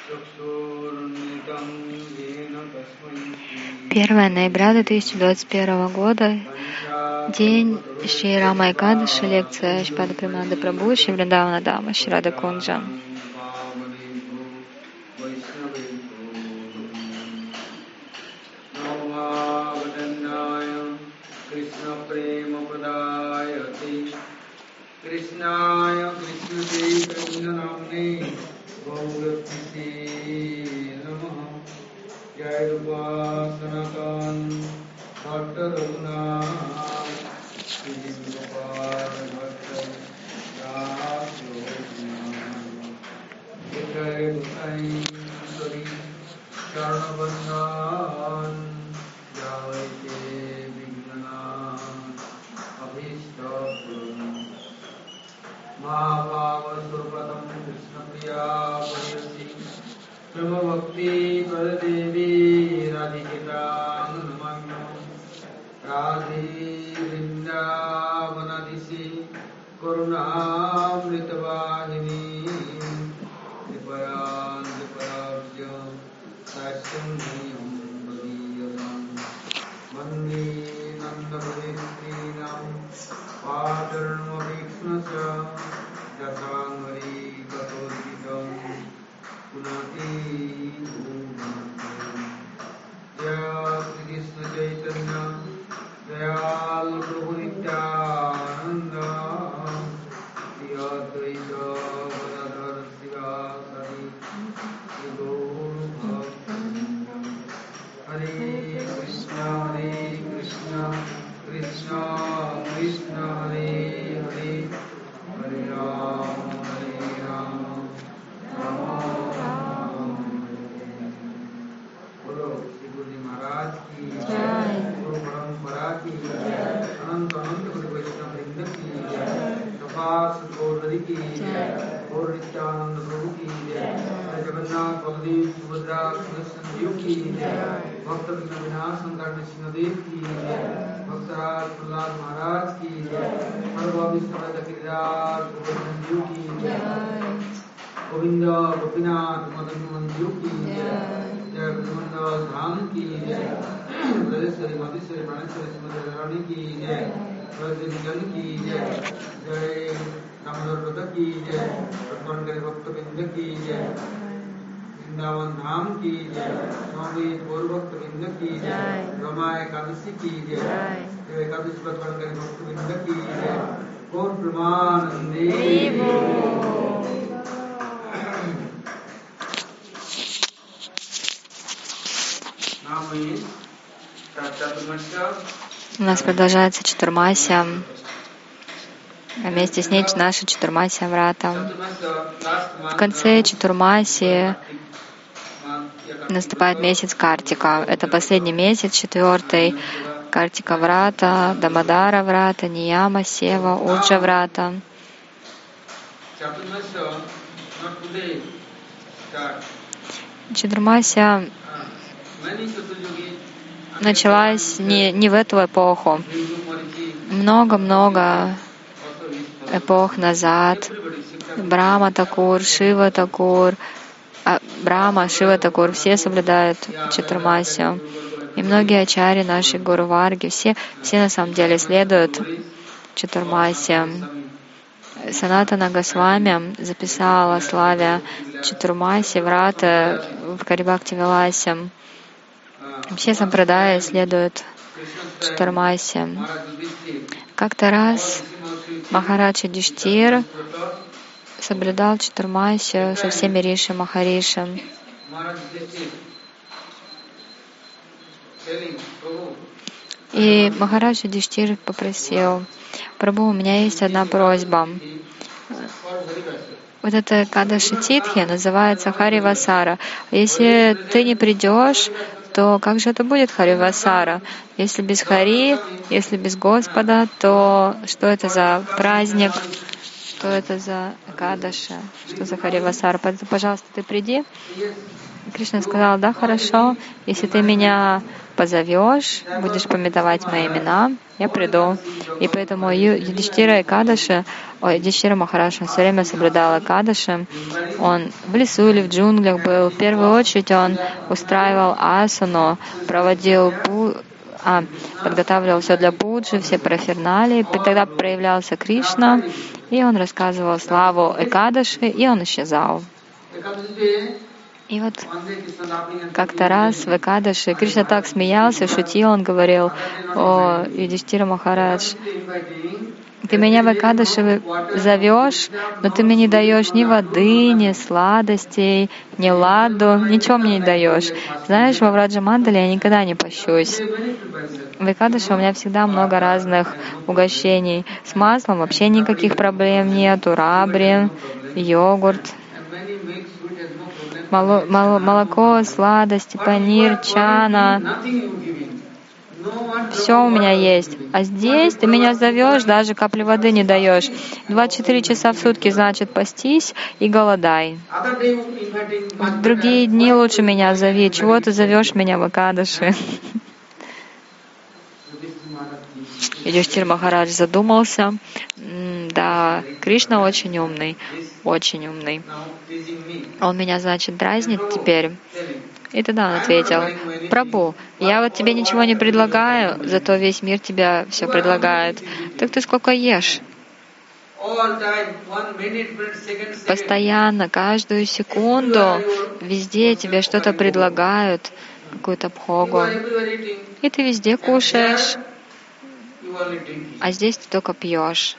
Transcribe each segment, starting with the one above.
1 ноября 2021 года, день Шри Рама Экадаши, лекция Шрипада Премананда Прабху, Шри Вриндавана Дама, Шри Рада Кунджа. Krishna Krishna Namne Gaurati Namaha Jai Rupa Sanatan Bhatta Raghunath Sri Gopal Bhatta Jai Gosai Sari Charnavandhan Jai Te Vignana Abhishta Mahabhava Surpatam Krishna Priya Pariyasi Prama Bhakti Paradevi Radhikita Nunamanyam Radhi Vrindavanadisi Karunamrita Vahini Kripayan Kriparabhya Satyam Dhyam Vadiyam Mandi Nandavadisrinam Padarnamavikhnasa Jathangari Katodhitam Punati Bhuvantam Jaya Krishna Chaitanya Dayal Prabhu Nityananda Shri Advaita Gadadhar Sivasari Shri Gaur Bhaktivinoda Hare Krishna Krishna Krishna Hare Hare Hare Rama Rama Rama Hare Bolo Shri Guru Maharaj ki Jai, Guru Parampara ki Jai, Anant Guru Vaishnava Vrinda ki Jai, Tapas Gaurari ki Jai, Gaur Nityananda Prabhu ki Jai, Hare Jagannath Baladev Subhadra Krishna Sanjeev ki Jai, Bhakta Vinayanasan Karna Sinadev ki Jai, Bhaktaraj Prahlad Maharaj ki Jai, Sarva Vishnu Giriraj Govardhan Ji ki Jai, Govinda Gopinath Madan Mohan Ji ki Jai, Jai Brahmandal Dham ki Jai, Radheswari Madheswari Praneshwari Srimati Radharani ki Jai, Radha Jan ki Jai, Jai Damodar Vrata ki Jai, Ratnankari Bhakta Binda ki Jai, Vrindavan Dham ki Jai, Swami Gaur Bhakta Binda ki Jai, Rama Ekadasi ki Jai, Jai Ekadasi Ratnankari Bhakta Binda ki Jai, Gaur Pramanande. У нас продолжается Чатурмасья, а вместе с ней наша Чатурмасья Врата. В конце Чатурмасьи наступает месяц Картика. Это последний месяц, 4-й. Картика Врата, Дамодара Врата, Нияма, Сева, Уджа Врата. Чатурмасья началась не в эту эпоху. Много-много эпох назад Брахма Такур, Шива Такур, Брахма, Шива Такур, все соблюдают Чатурмасью. И многие ачарьи наши, Гуру Варги, все на самом деле следуют Чатурмасье. Санатана Госвами записала славя Чатурмасьи Врата в Карибхакти Виласе. Все сампрадаи следуют Чатурмасье. Как-то раз Махарадж Юдхиштхир соблюдал Чатурмасью со всеми риши Махариши. И Махарадж Юдхиштхир попросил: Прабху, у меня есть одна просьба. Вот это Кадаши Титхи называется Харивасара. Если ты не придешь, то как же это будет Харивасара? Если без Хари, если без Господа, то что это за праздник? что это за Экадаша, что за Харивасар, пожалуйста, ты приди. Кришна сказал: да, хорошо, если ты меня позовешь, будешь памятовать мои имена, я приду. И поэтому Юдхиштира Экадаши, Юдхиштира Махарадж, он все время соблюдал Экадаши. Он в лесу или в джунглях был. В первую очередь он устраивал асану, проводил подготавливал все для пуджи, все параферналии. Тогда проявлялся Кришна, и он рассказывал славу Экадаши, и он исчезал. И вот как-то раз в Экадаши Кришна так смеялся, шутил, он говорил: о, Юдхиштира Махарадж, ты меня в Экадаши зовешь, но ты мне не даешь ни воды, ни сладостей, ни ладу, ничего мне не даешь. Знаешь, во Враджа Мандале я никогда не пощусь. В Экадаши у меня всегда много разных угощений. С маслом вообще никаких проблем нету. Рабри, йогурт, молоко, сладости, панир, чана. Все у меня есть. А здесь ты меня зовешь, даже капли воды не даешь. 24 часа в сутки, значит, постись и голодай. В другие дни лучше меня зови. Чего ты зовешь меня в Экадаши? Юдхиштира Махарадж задумался. Да, Кришна очень умный, очень умный. Он меня, значит, дразнит теперь. И тогда он ответил: Прабху, я вот тебе ничего не предлагаю, зато весь мир тебя все предлагает. Так ты сколько ешь? Постоянно, каждую секунду, везде тебе что-то предлагают, какую-то бхогу. И ты везде кушаешь, а здесь ты только пьешь.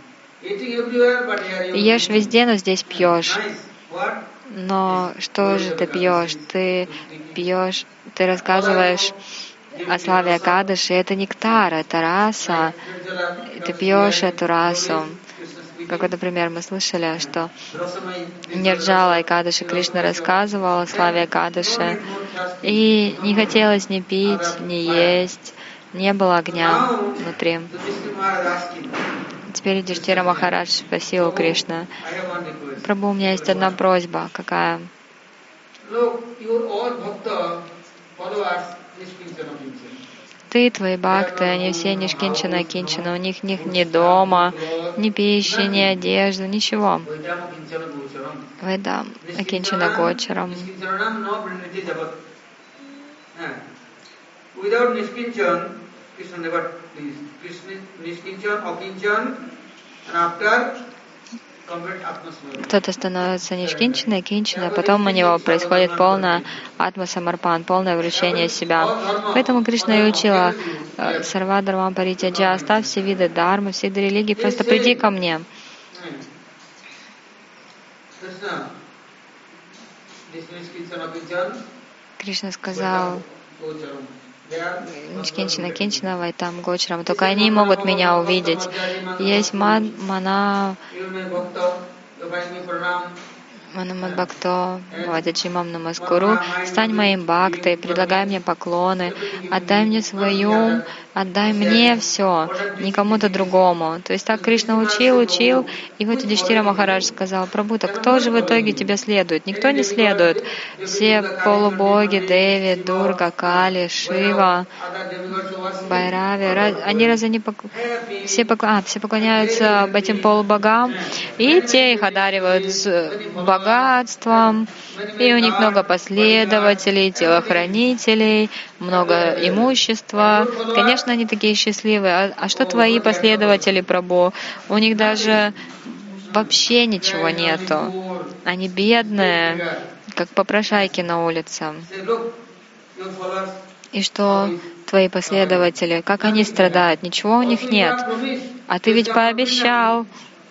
Ешь везде, но здесь пьешь. Но что же ты пьешь? Ты пьешь, ты рассказываешь о славе Экадаши. Это нектар, это раса. Ты пьешь эту расу. Как вот, например, мы слышали, что Нирджала Экадаши Кришна рассказывал о славе Экадаши. И не хотелось ни пить, ни есть. Не было огня внутри. Теперь Юдхиштира Махарадж спросил у Кришны: Прабху, у меня есть одна просьба. Какая? Ты, твои бхакты, они все нишкинчана, кинчана. У них ни дома, ни пищи, ни одежды, ничего. Вайдам, акинчана гочарам. Кто-то становится нишкинчаной, кинчаной, а потом у него происходит полное атма-самарпан, полное вручение себя. Поэтому Кришна и учила: сарва дharma паритяджа, оставь все виды дхармы, все виды религии, просто приди ко мне. Кришна сказал: Нишкинчана, кинчана, вайтам, гочарам. Только они могут меня увидеть. Есть мана, Манамадбхакто, Вададжимам Намаскуру, стань моим бхактой, предлагай мне поклоны, отдай мне свой ум, отдай мне все, не кому-то другому. То есть так Кришна учил, и вот Юдхиштира Махарадж сказал: Прабху, так кто же в итоге тебя следует? Никто не следует. Все полубоги, Деви, Дурга, Кали, Шива, Байрави, они разве не все поклоняются этим полубогам, и те их одаривают богатством, и у них много последователей, телохранителей, много имущества. Конечно, они такие счастливые. А что твои последователи, Прабху? У них даже вообще ничего нету. Они бедные, как попрошайки на улице. И что твои последователи, как они страдают? Ничего у них нет. А ты ведь пообещал.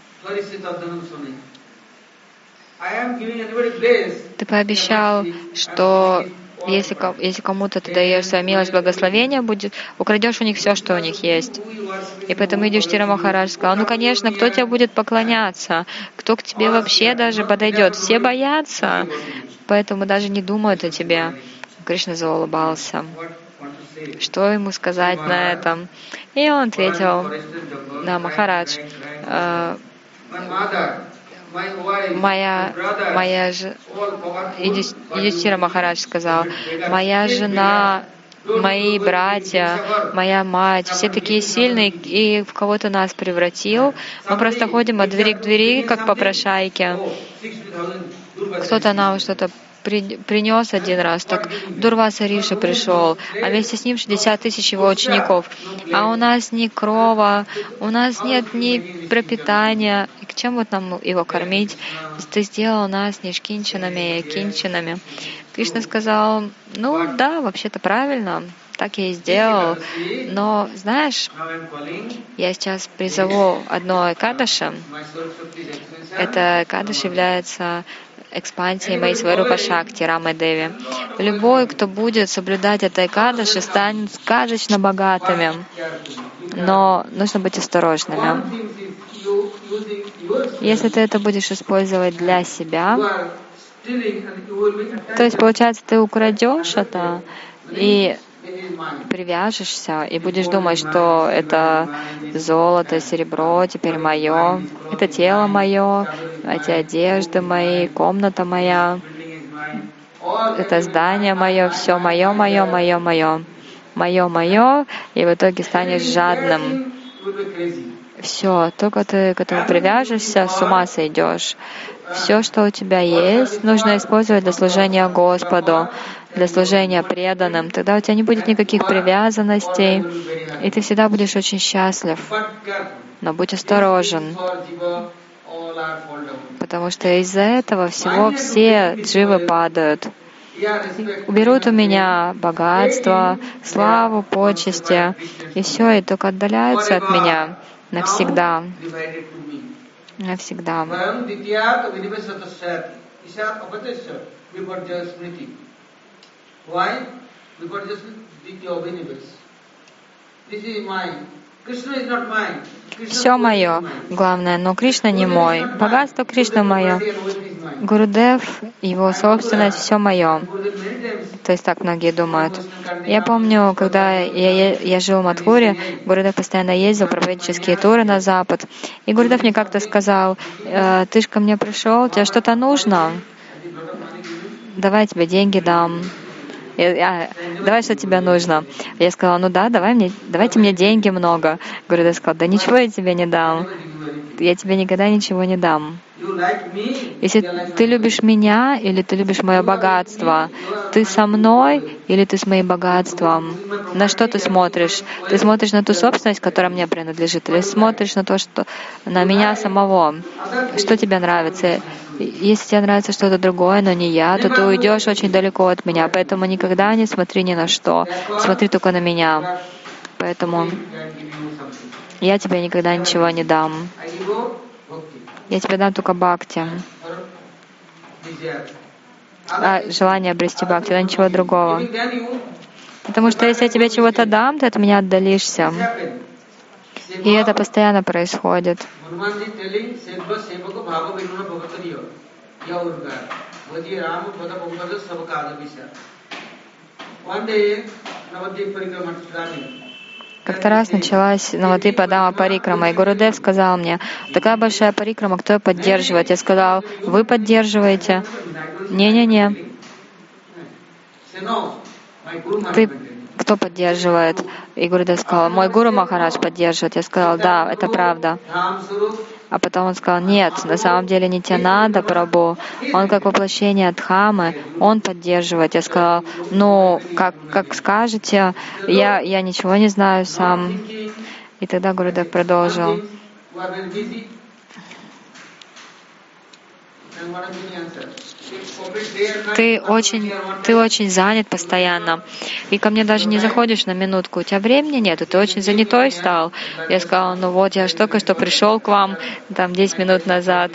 Ты пообещал, что если кому-то ты даешь свою милость, благословение будет, украдешь у них все, что у них есть. И поэтому Юдхиштира Махарадж сказал: ну, конечно, кто тебе будет поклоняться? Кто к тебе вообще даже подойдет? Все боятся, поэтому даже не думают о тебе. Кришна заулыбался. Что ему сказать на этом? И он ответил: да, Махарадж, Юдхистира Махарадж сказал, моя жена, мои братья, моя мать, все такие сильные, и в кого-то нас превратил. Мы просто ходим от двери к двери, как попрошайки. Кто-то нам что-то принес один раз, так Дурваса Риши пришел, а вместе с ним 60 тысяч его учеников. А у нас ни крова, у нас нет ни пропитания. И к чему вот нам его кормить? Ты сделал нас не шкинчанами, а кинчанами. Кришна сказал, ну да, вообще-то правильно, так я и сделал. Но, знаешь, я сейчас призову одно экадаши. Это экадаши является экспансией моей Сварупа Шакти, Рамы Деви. Любой, кто будет соблюдать это экадаши, станет сказочно богатыми. Но нужно быть осторожными. Если ты это будешь использовать для себя, то есть, получается, ты украдешь это и привяжешься, и будешь думать, что это золото, серебро теперь мое, это тело мое, эти одежды мои, комната моя, это здание мое, все мое, мое, мое, мое, мое, мое, и в итоге станешь жадным. Все, только ты к этому привяжешься, с ума сойдешь. Все, что у тебя есть, нужно использовать для служения Господу, для служения преданным. Тогда у тебя не будет никаких привязанностей, и ты всегда будешь очень счастлив. Но будь осторожен, потому что из-за этого всего все дживы падают. Уберут у меня богатство, славу, почести, и все, и только отдаляются от меня навсегда. Навсегда. Все мое, главное, но Кришна не мой. Богатство Кришна мое. Гурудев, его собственность, все мое. То есть так многие думают. Я помню, когда я жил в Мадхуре, Гурудев постоянно ездил проповеднические туры на Запад. И Гурудев мне как-то сказал, ты ж ко мне пришел, тебе что-то нужно? Давай я тебе деньги дам. Давай, что тебе нужно? Я сказала, ну да, давайте мне деньги много. Гурудев сказал, да ничего я тебе не дам. Я тебе никогда ничего не дам. Если ты любишь меня или ты любишь мое богатство, ты со мной или ты с моим богатством? На что ты смотришь? Ты смотришь на ту собственность, которая мне принадлежит, или смотришь на то, что на меня самого? Что тебе нравится? Если тебе нравится что-то другое, но не я, то ты уйдешь очень далеко от меня. Поэтому никогда не смотри ни на что. Смотри только на меня. Поэтому я тебе никогда ничего не дам. Я тебе дам только бхакти. Желание обрести бхакти, но ничего другого. Потому что если я тебе чего-то дам, ты от меня отдалишься. И это постоянно происходит. Как-то раз началась Навадвипа Дама Парикрама, и Гурудев сказал мне, такая большая парикрама, кто ее поддерживает? Я сказал, вы поддерживаете? Не-не-не. Ты кто поддерживает? И Гурудев сказал, мой Гуру Махарадж поддерживает. Я сказал, да, это правда. А потом он сказал, нет, на самом деле Нитьянанда Прабху, он как воплощение Дхаммы, он поддерживает. Я сказал, ну, как скажете, я ничего не знаю сам. И тогда Гурудев продолжил. Ты очень занят постоянно. И ко мне даже не заходишь на минутку. У тебя времени нет, ты очень занятой стал. Я сказала, ну вот, я только что пришел к вам, там 10 минут назад.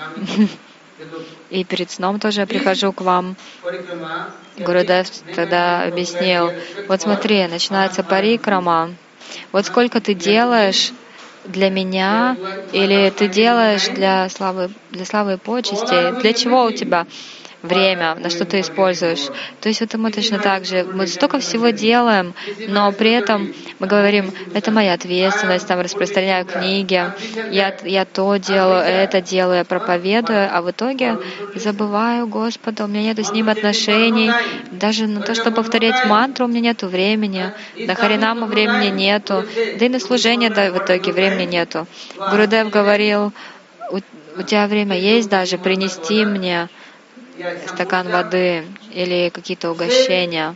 И перед сном тоже я прихожу к вам. Гурудев тогда объяснил, вот смотри, начинается парикрама. Вот сколько ты делаешь для меня, или ты делаешь для славы и почести? Для чего у тебя время, на что ты используешь. То есть вот мы точно так же, мы столько всего делаем, но при этом мы говорим, это моя ответственность, там распространяю книги, я то делаю, это делаю, я проповедую, а в итоге забываю Господа, у меня нет с Ним отношений, даже на то, чтобы повторять мантру, у меня нету времени, на Харинаму времени нету, да и на служение да, в итоге времени нету. Гурудев говорил, у тебя время есть даже принести мне стакан воды или какие-то угощения.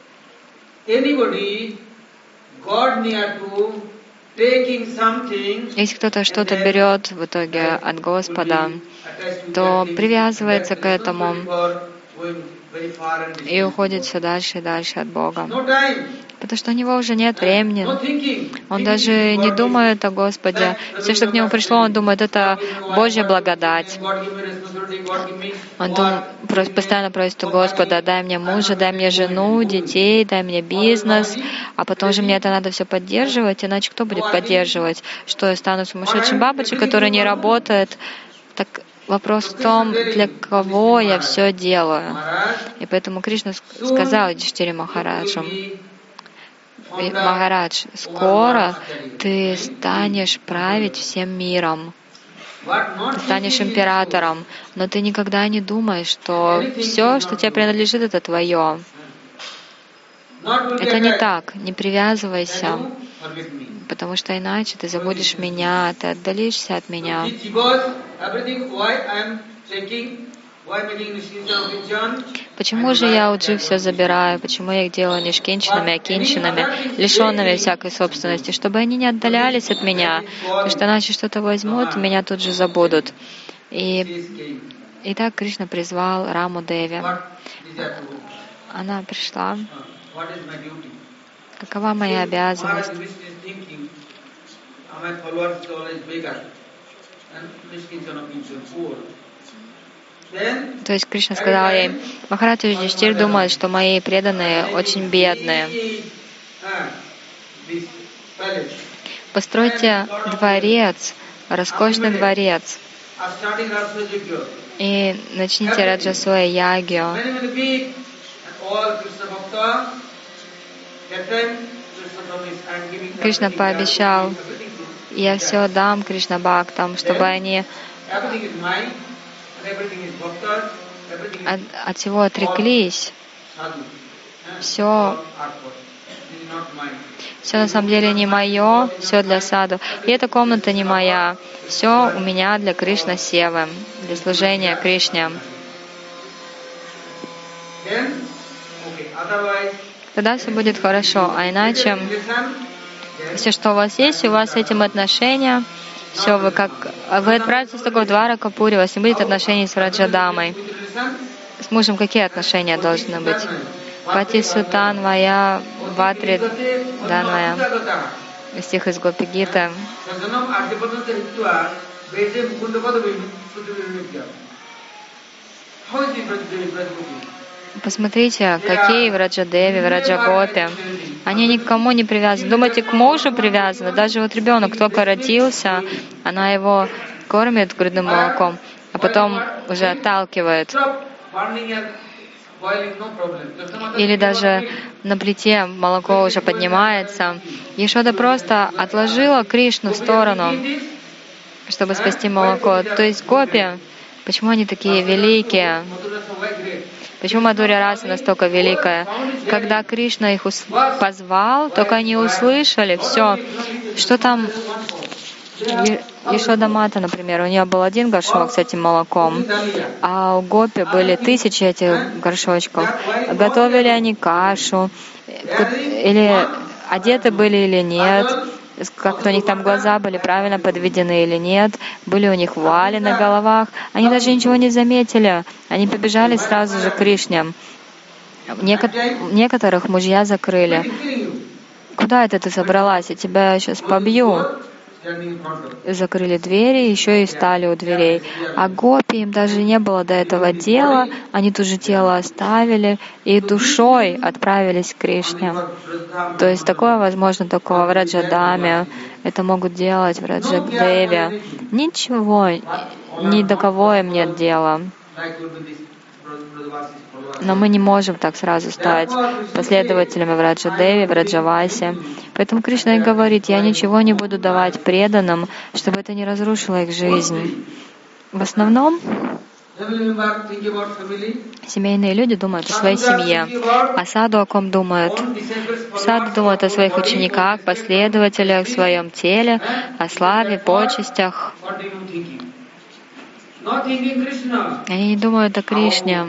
Если кто-то что-то берет в итоге от Господа, то привязывается к этому и уходит все дальше и дальше от Бога. Потому что у него уже нет времени. Он даже не думает о Господе. Все, что к нему пришло, он думает, это Божья благодать. Он постоянно просит у Господа, дай мне мужа, дай мне жену, детей, дай мне бизнес. А потом же мне это надо все поддерживать, иначе кто будет поддерживать? Что я стану сумасшедшим бабочкой, которая не работает? Так вопрос в том, для кого я все делаю. И поэтому Кришна сказал Юдхиштире Махараджу, Махарадж, скоро ты станешь править всем миром. Ты станешь императором, но ты никогда не думаешь, что все, что тебе принадлежит, это твое. Это не так. Не привязывайся, потому что иначе ты забудешь меня, ты отдалишься от меня. Почему же я у Джи все забираю? Почему я их делаю нишкинчинами, акинчинами, лишенными всякой собственности? Чтобы они не отдалялись от меня, потому что иначе что-то возьмут, и меня тут же забудут. И так Кришна призвал Раму Деви. Она пришла. Какова моя обязанность? То есть Кришна сказал ей, Махарадж Юдхиштир думает, что мои преданные очень бедные. Постройте дворец, роскошный дворец, и начните Раджасуя ягью. Кришна пообещал, я все дам Кришна Бхактам, чтобы они от всего отреклись. Все на самом деле не мое, все для саду. И эта комната не моя. Все у меня для Кришна Севы, для служения Кришне. Тогда все будет хорошо. А иначе, все, что у вас есть, у вас с этим отношения, все, вы отправитесь только в Дваракапури, у вас не будет отношений с Враджадамой. С мужем какие отношения должны быть? Пати Сутан Вая Ватри Данвая. Стих из Гопи Гиты. Посмотрите, какие Враджадеви, Враджагопи. Они никому не привязаны. Думаете, к мужу привязаны? Даже вот ребенок только родился, она его кормит грудным молоком, а потом уже отталкивает. Или даже на плите молоко уже поднимается. Ешода просто отложила Кришну в сторону, чтобы спасти молоко. То есть гопи, почему они такие великие? Почему Мадхурья Раса настолько великая? Когда Кришна их позвал, только они услышали все, что там. Ешода Мата, например, у нее был один горшок с этим молоком, а у Гопи были 1000 этих горшочков. Готовили они кашу, или одеты были или нет, как-то у них там глаза были правильно подведены или нет, были у них вуали на головах. Они даже ничего не заметили, они побежали сразу же к Кришне. Некоторых мужья закрыли. Куда это ты собралась? Я тебя сейчас побью. Закрыли двери, еще и стали у дверей. А гопи, им даже не было до этого дела, они тут же тело оставили и душой отправились к Кришне. То есть такое возможно только в Раджадаме, это могут делать в Раджадеве. Ничего, ни до кого им нет дела. Но мы не можем так сразу стать последователями Враджадеви, Враджаваси. Поэтому Кришна и говорит: я ничего не буду давать преданным, чтобы это не разрушило их жизнь. В основном семейные люди думают о своей семье, а саду о ком думают? Саду думают о своих учениках, последователях, в своем теле, о славе, почестях. Они не думают о Кришне,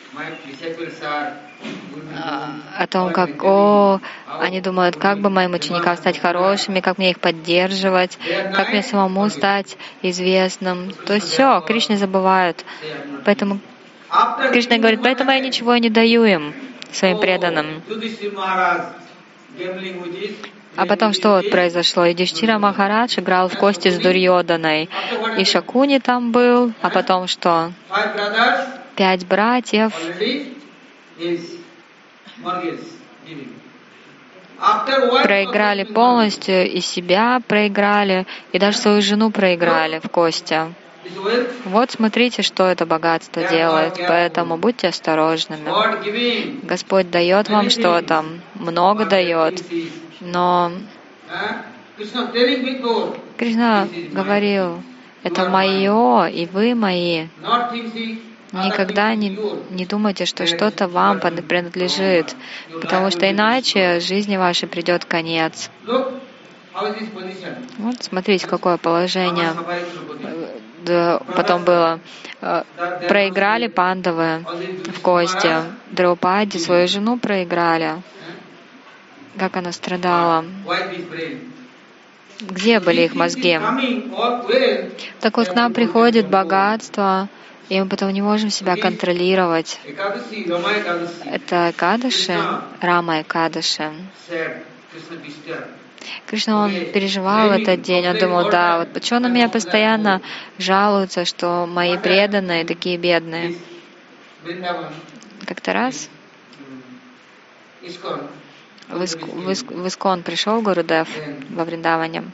о том, они думают, как бы моим ученикам стать хорошими, как мне их поддерживать, как мне самому стать известным. То есть все, Кришне забывают. Поэтому Кришна говорит: поэтому я ничего не даю им, своим преданным. А потом что вот произошло? Юдхиштхира Махарадж играл в кости с Дурьоданой. И Шакуни там был. А потом что? 5 братьев. Проиграли полностью, и себя проиграли, и даже свою жену проиграли в кости. Вот смотрите, что это богатство делает. Поэтому будьте осторожными. Господь дает вам что-то, много дает. Но Кришна говорил: это мое, и вы мои. Никогда не думайте, что что-то вам принадлежит, потому что иначе жизни вашей придет конец. Вот смотрите, какое положение потом было. Проиграли пандавы в кости. Драупади свою жену проиграли. Как она страдала. Где были их мозги? Так вот, к нам приходит богатство, и мы потом не можем себя контролировать. Это Экадаши, Рама Экадаши. Кришна, он переживал этот день, он думал: да, вот почему на меня постоянно жалуются, что мои преданные такие бедные. Как-то раз в Искон пришел Гурудев во Вриндаване.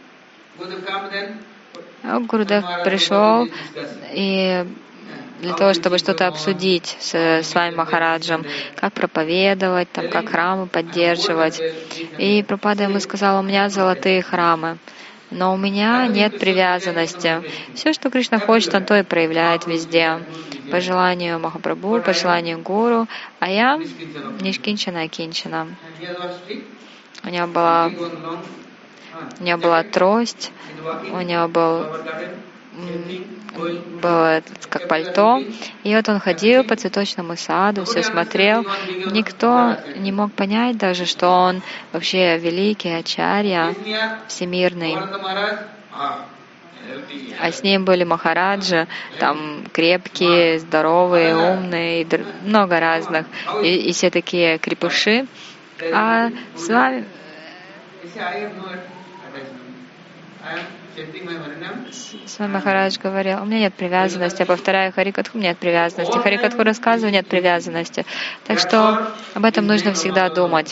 Гурудев пришел и для того, чтобы что-то обсудить с вами Махараджем, как проповедовать, там, как храмы поддерживать. И Прабхупада ему сказал: у меня золотые храмы, но у меня нет привязанности. Все, что Кришна хочет, он то и проявляет везде. По желанию Махапрабху, по желанию Гуру, а я нишкинчана акинчана. У него была трость, у него было как пальто, и вот он ходил по цветочному саду, все смотрел. Никто не мог понять даже, что он вообще великий ачарья, всемирный. А с ним были махараджи, там крепкие, здоровые, умные, много разных, и все такие крепыши. А с вами... С вами Махарадж говорил: у меня нет привязанности, я повторяю Харикатху, нет привязанности. Харикатху рассказываю, нет привязанности. Так что об этом нужно всегда думать.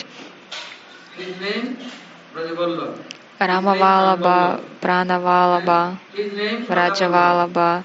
Рама Валаба, Прана Валаба, Враджа Валаба.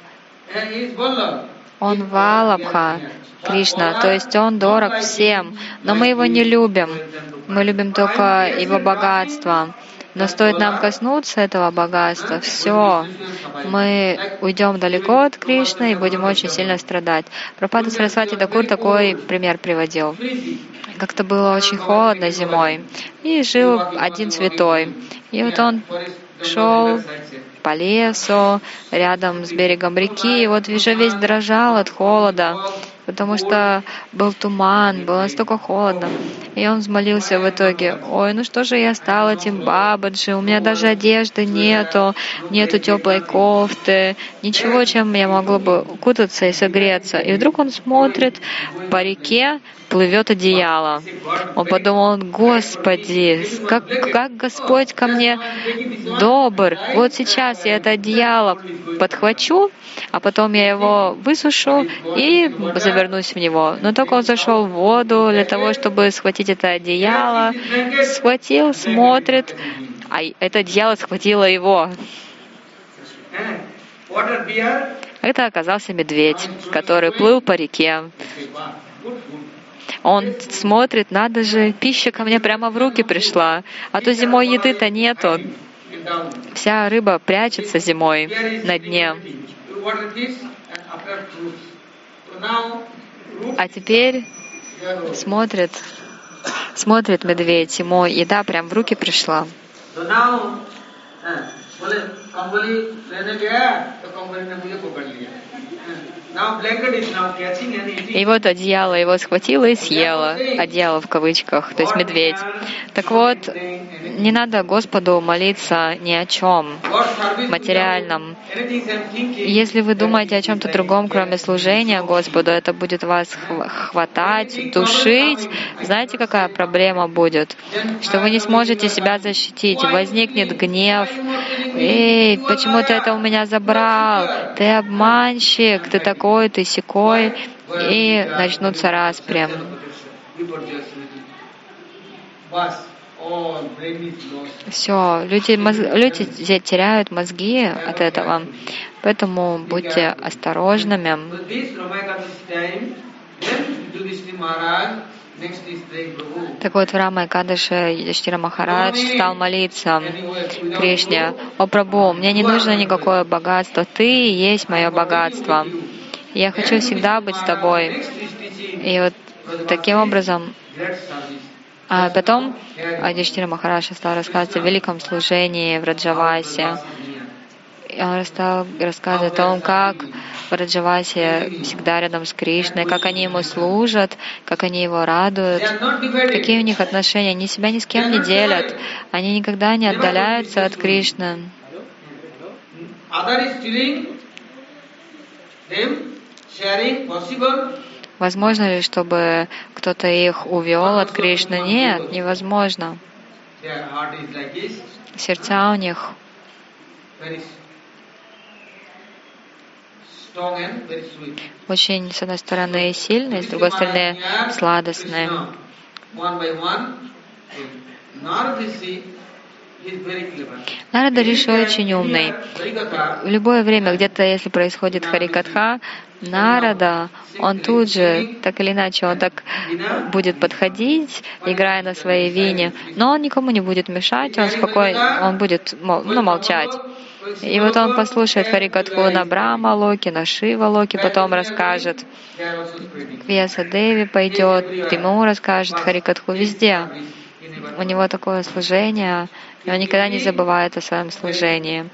Он Валабха, Кришна, то есть он дорог всем, но мы его не любим. Мы любим только его богатство. Но стоит нам коснуться этого богатства, все, мы уйдем далеко от Кришны и будем очень сильно страдать. Прабхупада Сарасвати Такур такой пример приводил. Как-то было очень холодно зимой, и жил один святой. И вот он шел по лесу, рядом с берегом реки, и вот уже весь дрожал от холода, потому что был туман, было настолько холодно. И он взмолился в итоге: ой, ну что же я стал этим бабаджи, у меня даже одежды нету теплой кофты, ничего, чем я могла бы укутаться и согреться. И вдруг он смотрит, по реке плывет одеяло. Он подумал: Господи, как Господь ко мне добр. Вот сейчас я это одеяло подхвачу, а потом я его высушу и завернусь в него. Но только он зашел в воду для того, чтобы схватить это одеяло, схватил, смотрит, а это одеяло схватило его. Это оказался медведь, который плыл по реке. Он смотрит, надо же, пища ко мне прямо в руки пришла, а то зимой еды-то нету. Вся рыба прячется зимой на дне. А теперь смотрит медведь, ему еда прям в руки пришла. И вот одеяло его схватило и съело. Одеяло в кавычках, то есть медведь. Так вот, не надо Господу молиться ни о чем материальном. Если вы думаете о чем-то другом, кроме служения Господу, это будет вас хватать, душить. Знаете, какая проблема будет? Что вы не сможете себя защитить. Возникнет гнев. Эй, почему ты это у меня забрал? Ты обманщик, ты такой, ты сякой. И начнутся распри. Все, люди теряют мозги от этого, поэтому будьте осторожными. Так вот, в Рама Экадаши Юдхиштхира Махарадж стал молиться Кришне: «О Прабху, мне не нужно никакое богатство, Ты есть мое богатство. Я хочу всегда быть с Тобой». И вот таким образом. А потом Юдхиштхира Махарадж стал рассказывать о великом служении в Раджавасе. И он стал рассказывать о том, как в Раджавасе всегда рядом с Кришной, как они ему служат, как они его радуют, какие у них отношения. Они себя ни с кем не делят, они никогда не отдаляются от Кришны. Возможно ли, чтобы кто-то их увел от Кришны? Нет, невозможно. Сердца у них очень, с одной стороны, сильные, с другой стороны, сладостные. Нарада Риши очень умный. В любое время, где-то, если происходит Харикатха, Нарада, он тут же, так или иначе, он так будет подходить, играя на своей вине, но он никому не будет мешать, он спокойно, он будет молчать. И вот он послушает Харикатху на Брахма Локе, на Шива Локе, потом расскажет, к Вьяса Деви пойдет, ему расскажет Харикатху везде. У него такое служение, и он никогда не забывает о своем служении.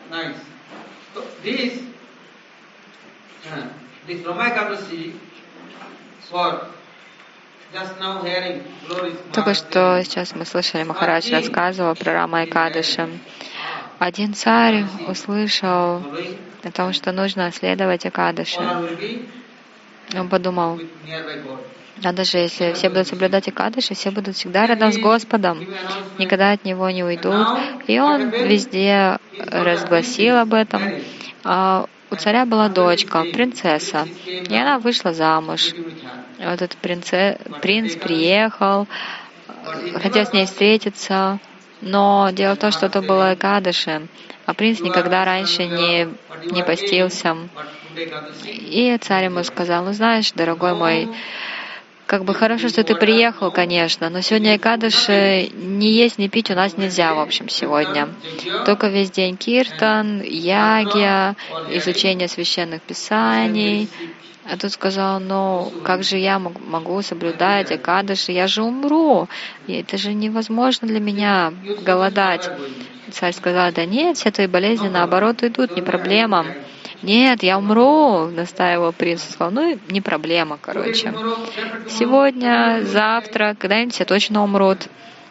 Только что сейчас мы слышали, Махарадж рассказывал про Рама Экадаши. Один царь услышал о том, что нужно следовать Экадаши. Он подумал, надо же, если все будут соблюдать Экадаши, все будут всегда рядом с Господом, никогда от Него не уйдут. И он везде разгласил об этом. А у царя была дочка, принцесса, и она вышла замуж. И вот этот принц приехал, хотел с ней встретиться, но дело в том, что это было Экадаши, а принц никогда раньше не постился. И царь ему сказал: ну знаешь, дорогой мой, как бы хорошо, что ты приехал, конечно, но сегодня Экадаши не есть, не пить у нас нельзя, в общем, сегодня. Только весь день киртан, ягья, изучение священных писаний. А тут сказал: ну, как же я могу соблюдать Экадаши? Я же умру. И это же невозможно для меня голодать. Царь сказал: да нет, все твои болезни наоборот идут, не проблема. Нет, я умру, настаивал принц. Сказал: ну, не проблема, короче. Сегодня, завтра, когда-нибудь все точно умрут.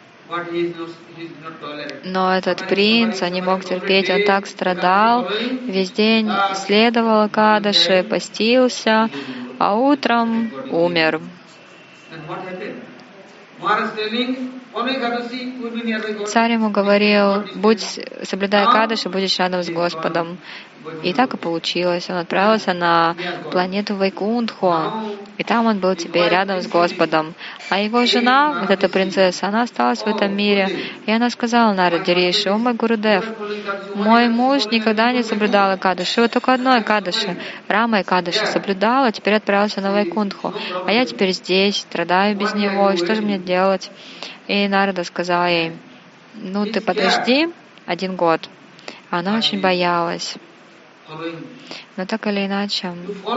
Но этот принц, он не мог терпеть, он так страдал, весь день следовал Экадаши, постился, а утром умер. Царь ему говорил: соблюдай Экадаши, будешь рядом с Господом. И так и получилось. Он отправился на планету Вайкунтху. И там он был теперь рядом с Господом. А его жена, вот эта принцесса, она осталась в этом мире. И она сказала Нараде Риши: «О мой Гурудев, мой муж никогда не соблюдал Экадаши. Вот только одно Экадаши, Рама Экадаши соблюдал, а теперь отправился на Вайкунтху. А я теперь здесь, страдаю без него, и что же мне делать?» И Нарада сказала ей: «Ну, ты подожди 1 год». Она очень боялась. Но так или иначе,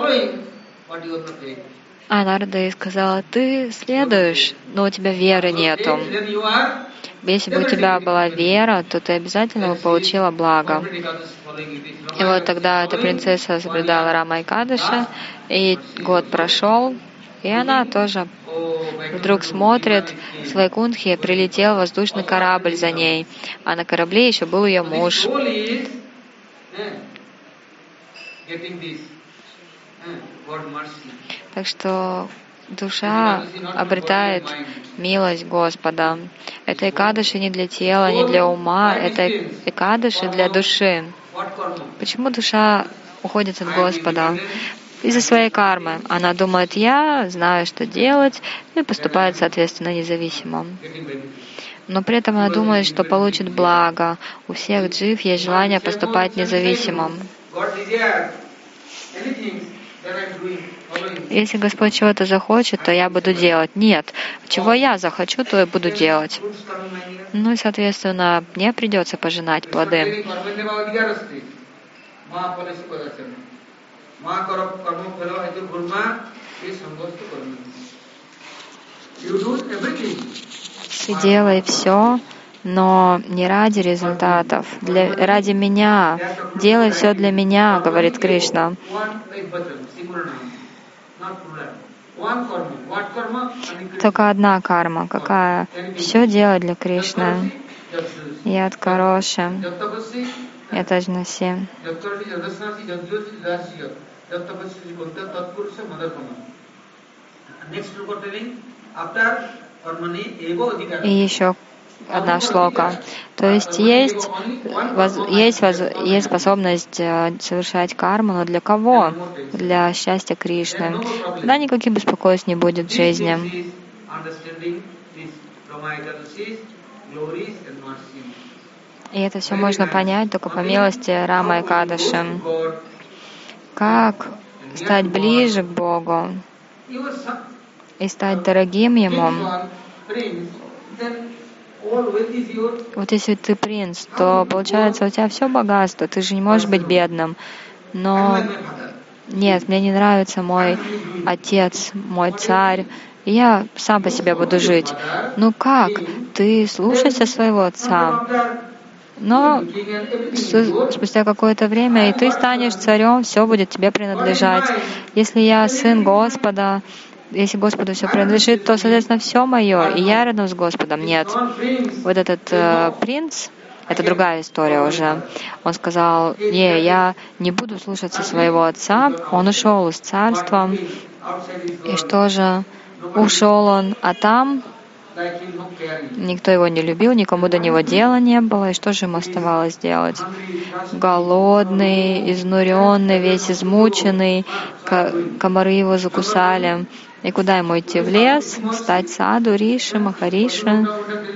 Нарада ей сказала: «Ты следуешь, но у тебя веры нету. Если бы у тебя была вера, то ты обязательно бы получила благо». И вот тогда эта принцесса соблюдала Рама Экадаши, и год прошел, и она тоже вдруг смотрит, с Вайкунтхи прилетел воздушный корабль за ней, а на корабле еще был ее муж. Так что душа обретает милость Господа. Это Экадаши не для тела, не для ума, это Экадаши для души. Почему душа уходит от Господа? Из-за своей кармы. Она думает: я знаю, что делать, и поступает, соответственно, независимо. Но при этом она думает, что получит благо. У всех джив есть желание поступать независимым. Если Господь чего-то захочет, то я буду делать. Нет, чего я захочу, то и буду делать. Ну и, соответственно, мне придется пожинать плоды. Ты делай все, но не ради результатов, ради меня. Делай все для меня, говорит Кришна. Только одна карма. Какая? Все делать для Кришны. Яд Кароши. Это Джнаси. И еще одна шлока. То есть есть способность совершать карму, но для кого? Для счастья Кришны. Тогда никаких беспокойств не будет в жизни. И это все можно понять только по милости Рама Экадаши. Как стать ближе к Богу и стать дорогим Ему? Вот если ты принц, то получается у тебя все богатство, ты же не можешь быть бедным. Но нет, мне не нравится мой отец, мой царь, и я сам по себе буду жить. Ну как? Ты слушайся своего отца. Но спустя какое-то время и ты станешь царем, все будет тебе принадлежать. Если я сын Господа, если Господу все принадлежит, то, соответственно, все мое, и я рядом с Господом. Нет. Вот этот принц, это другая история уже. Он сказал: я не буду слушаться своего отца. Он ушел из царства. И что же? Ушел он, а там никто его не любил, никому до него дела не было. И что же ему оставалось делать? Голодный, изнуренный, весь измученный, комары его закусали. И куда ему идти? В лес, стать саду, риши, махариши.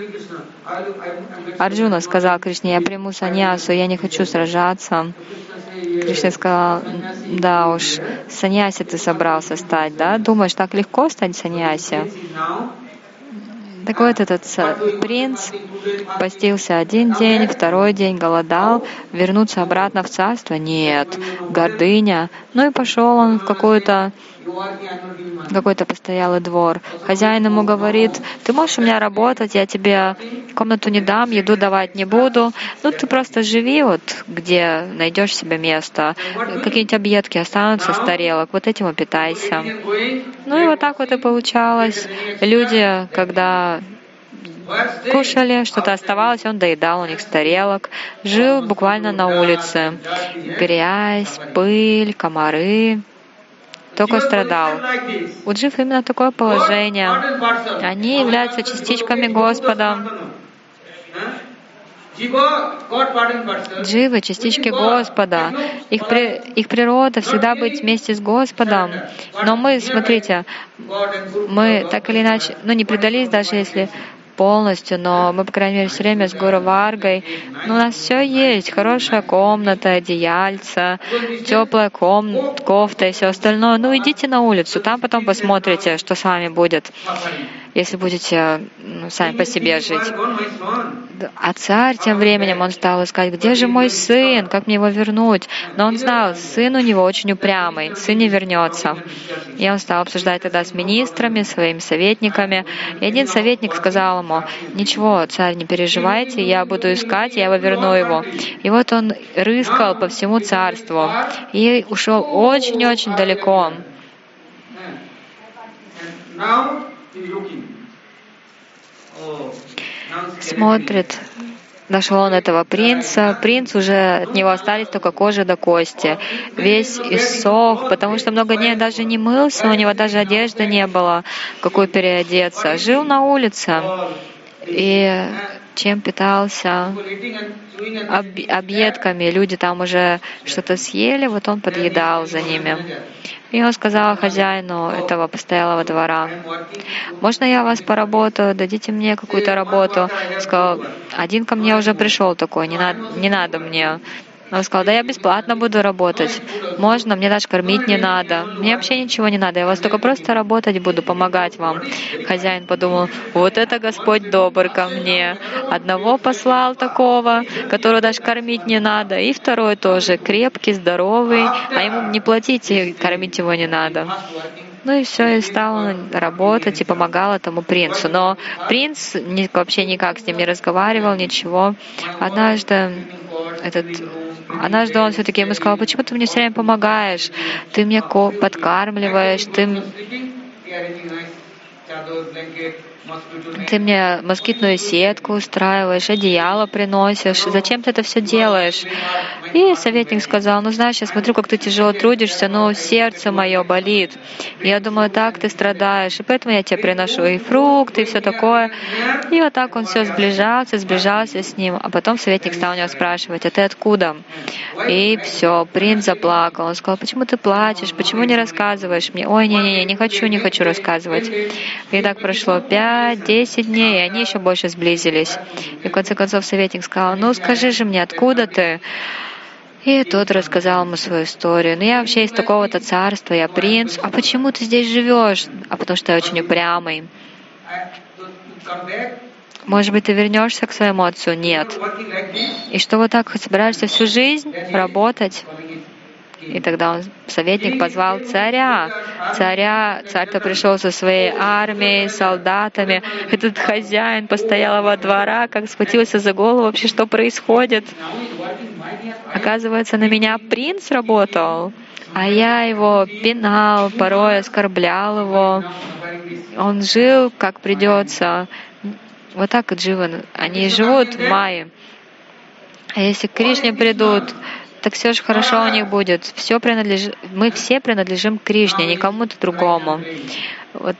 Арджуна сказал Кришне: я приму саньясу, я не хочу сражаться. Кришна сказал: да уж, саньяси ты собрался стать, да? Думаешь, так легко стать саньяси? Так вот, этот принц постился 1 день, 2 день, голодал, вернуться обратно в царство? Нет, гордыня. Ну и пошел он в какой-то постоялый двор. Хозяин ему говорит: ты можешь у меня работать, я тебе комнату не дам, еду давать не буду. Ну ты просто живи вот, где найдешь себе место. Какие-нибудь объедки останутся с тарелок, вот этим и питайся. Ну и вот так вот и получалось. Люди, когда кушали, что-то оставалось, он доедал у них с тарелок. Жил буквально на улице. Грязь, пыль, комары. Только страдал. У джив именно такое положение. Они являются частичками Господа. Дживы — частички Господа. Их природа всегда быть вместе с Господом. Но мы, смотрите, мы так или иначе, не предались, даже если полностью, но мы, по крайней мере, все время с Гуру Варгой. У нас все есть. Хорошая комната, одеяльца, теплая кофта и все остальное. Идите на улицу, там потом посмотрите, что с вами будет, если будете сами по себе жить. А царь тем временем, он стал искать, где же мой сын, как мне его вернуть. Но он знал, сын у него очень упрямый, сын не вернется. И он стал обсуждать тогда с министрами, своими советниками. И один советник сказал ему: ничего, царь, не переживайте, я буду искать, я его верну его. И вот он рыскал по всему царству и ушел очень-очень далеко. Смотрит, нашел он этого принца. Принц уже, от него остались только кожа до кости. Весь иссох, потому что много дней даже не мылся, у него даже одежды не было, какую переодеться. Жил на улице. И чем питался? Объедками. Люди там уже что-то съели, вот он подъедал за ними. И он сказал хозяину этого постоялого двора: можно я у вас поработаю, дадите мне какую-то работу? Сказал: один ко мне уже пришел такой, не надо мне. Он сказал: да я бесплатно буду работать. Можно, мне даже кормить не надо. Мне вообще ничего не надо, я вас только просто работать буду, помогать вам. Хозяин подумал: вот это Господь добр ко мне. Одного послал такого, которого даже кормить не надо, и второй тоже крепкий, здоровый, а ему не платить и кормить его не надо. И все, и стал он работать и помогал этому принцу. Но принц вообще никак с ним не разговаривал, ничего. Однажды он все-таки ему сказал: почему ты мне все время помогаешь? Ты мне подкармливаешь, ты мне москитную сетку устраиваешь, одеяло приносишь. Зачем ты это все делаешь? И советник сказал: знаешь, я смотрю, как ты тяжело трудишься, но сердце мое болит. Я думаю, так ты страдаешь, и поэтому я тебе приношу и фрукты, и все такое. И вот так он все сближался с ним. А потом советник стал у него спрашивать: а ты откуда? И все, принц заплакал. Он сказал: почему ты плачешь? Почему не рассказываешь мне? Ой, не хочу рассказывать. И так прошло 5-10 дней, и они еще больше сблизились. И в конце концов советник сказал: скажи же мне, откуда ты? И тот рассказал ему свою историю. Я вообще из такого-то царства, я принц. А почему ты здесь живешь? А потому что я очень упрямый. Может быть, ты вернешься к своему отцу? Нет. И что вот так собираешься всю жизнь работать? И тогда советник позвал царя. Царь-то пришел со своей армией, солдатами. Этот хозяин постоялого двора как схватился за голову. Вообще, что происходит? Оказывается, на меня принц работал, а я его пинал, порой оскорблял его. Он жил, как придется. Вот так и дживы. Они живут в майе. А если к Кришне придут, так все же хорошо у них будет. Мы все принадлежим к Кришне, не кому-то другому. Вот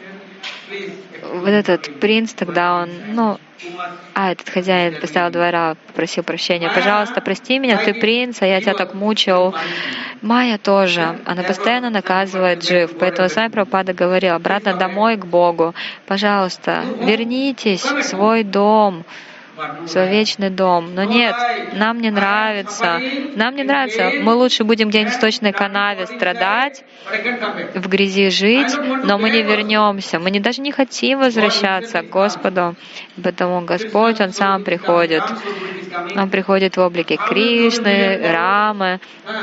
этот принц тогда этот хозяин постоялого двора попросил прощения: пожалуйста, прости меня, ты принц, а я тебя так мучил. Майя тоже, она постоянно наказывает джив, поэтому с вами Прабхупада говорил: обратно домой к Богу. Пожалуйста, вернитесь в свой дом, свой вечный дом. Но нет, нам не нравится. Мы лучше будем где-нибудь в сточной канаве страдать, в грязи жить, но мы не вернемся. Мы даже не хотим возвращаться к Господу. Поэтому Господь, Он сам приходит. Он приходит в облике Кришны, Рамы.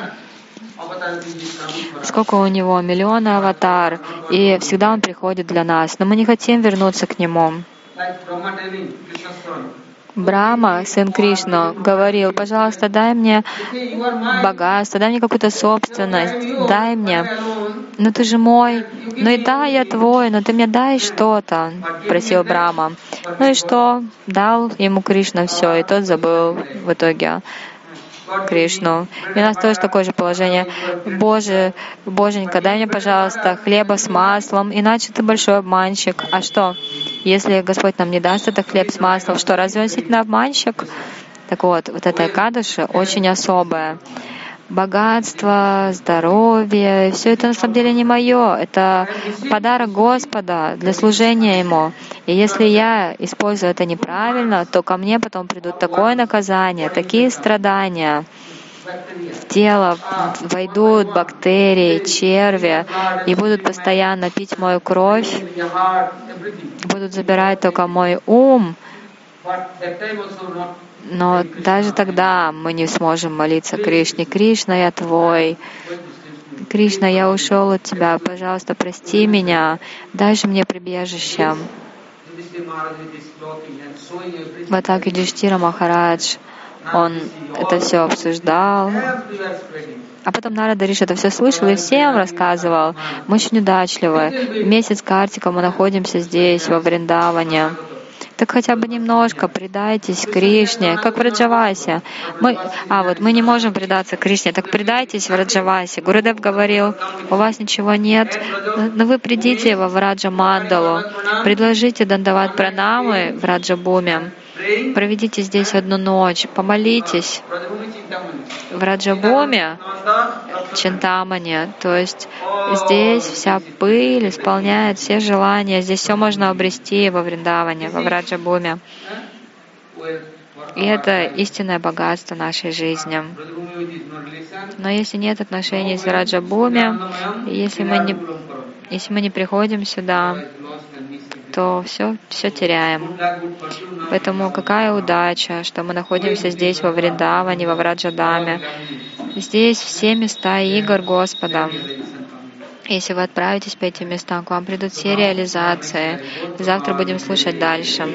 Сколько у Него? Миллионы аватар. И всегда Он приходит для нас. Но мы не хотим вернуться к Нему. Брахма, сын Кришны, говорил: пожалуйста, дай мне богатство, дай мне какую-то собственность, дай мне. Но ты же мой. И да, я твой, но ты мне дай что-то, просил Брахма. И что? Дал ему Кришна все, и тот забыл в итоге Кришну. И у нас тоже такое же положение. Боженька, дай мне, пожалуйста, хлеба с маслом, иначе ты большой обманщик. А что? Если Господь нам не даст этот хлеб с маслом, что, разве Он действительно обманщик? Так вот, вот эта Экадаши очень особая. Богатство, здоровье, все это на самом деле не мое. Это подарок Господа для служения Ему. И если я использую это неправильно, то ко мне потом придут такое наказание, такие страдания. В тело войдут бактерии, черви и будут постоянно пить мою кровь, будут забирать только мой ум. Но даже тогда мы не сможем молиться Кришне. Кришна, я Твой. Кришна, я ушел от Тебя. Пожалуйста, прости меня. Дай же мне прибежище. Вот так Юдхиштира Махарадж, он это все обсуждал. А потом Нарада Риши это все слышал и всем рассказывал. Мы очень удачливы. Месяц Картика мы находимся здесь, во Вриндаване. Так хотя бы немножко предайтесь Кришне, как в Раджавасе. Мы не можем предаться Кришне, так предайтесь в Раджавасе. Гурудев говорил, у вас ничего нет, но вы придите во Враджа Мандалу, предложите дандават пранамы в Раджабуме, проведите здесь одну ночь, помолитесь в Раджабуме, Чинтамане, то есть здесь вся пыль исполняет все желания, здесь все можно обрести во Вриндаване, во Враджабуме. И это истинное богатство нашей жизни. Но если нет отношений с Враджабуме, если мы не приходим сюда, то все теряем. Поэтому какая удача, что мы находимся здесь, во Вриндаване, во Враджадаме. Здесь все места игр Господа. Если вы отправитесь по этим местам, к вам придут все реализации. Завтра будем слушать дальше.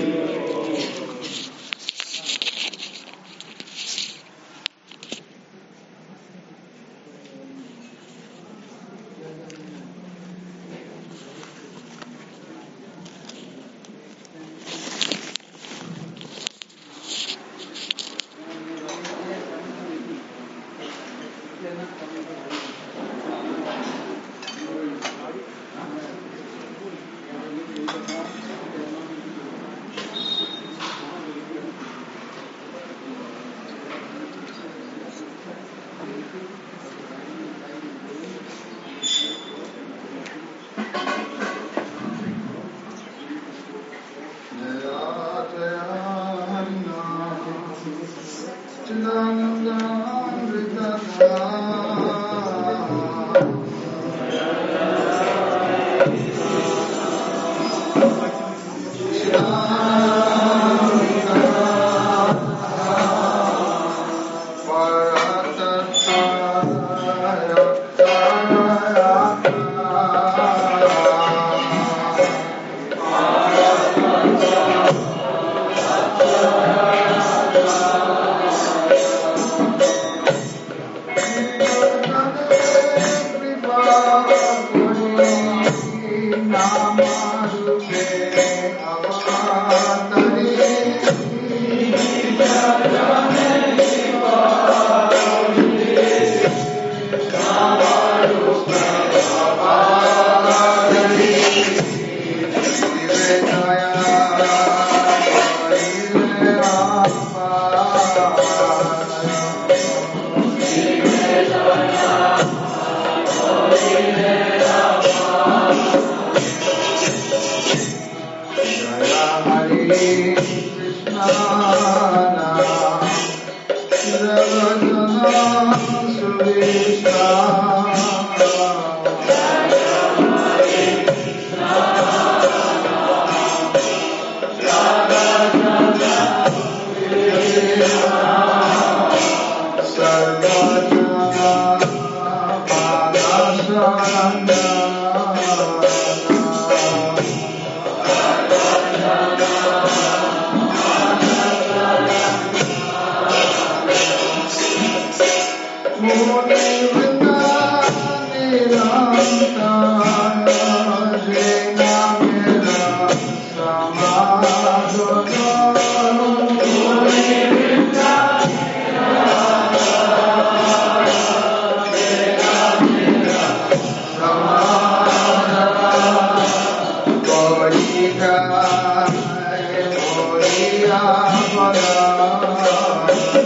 Hare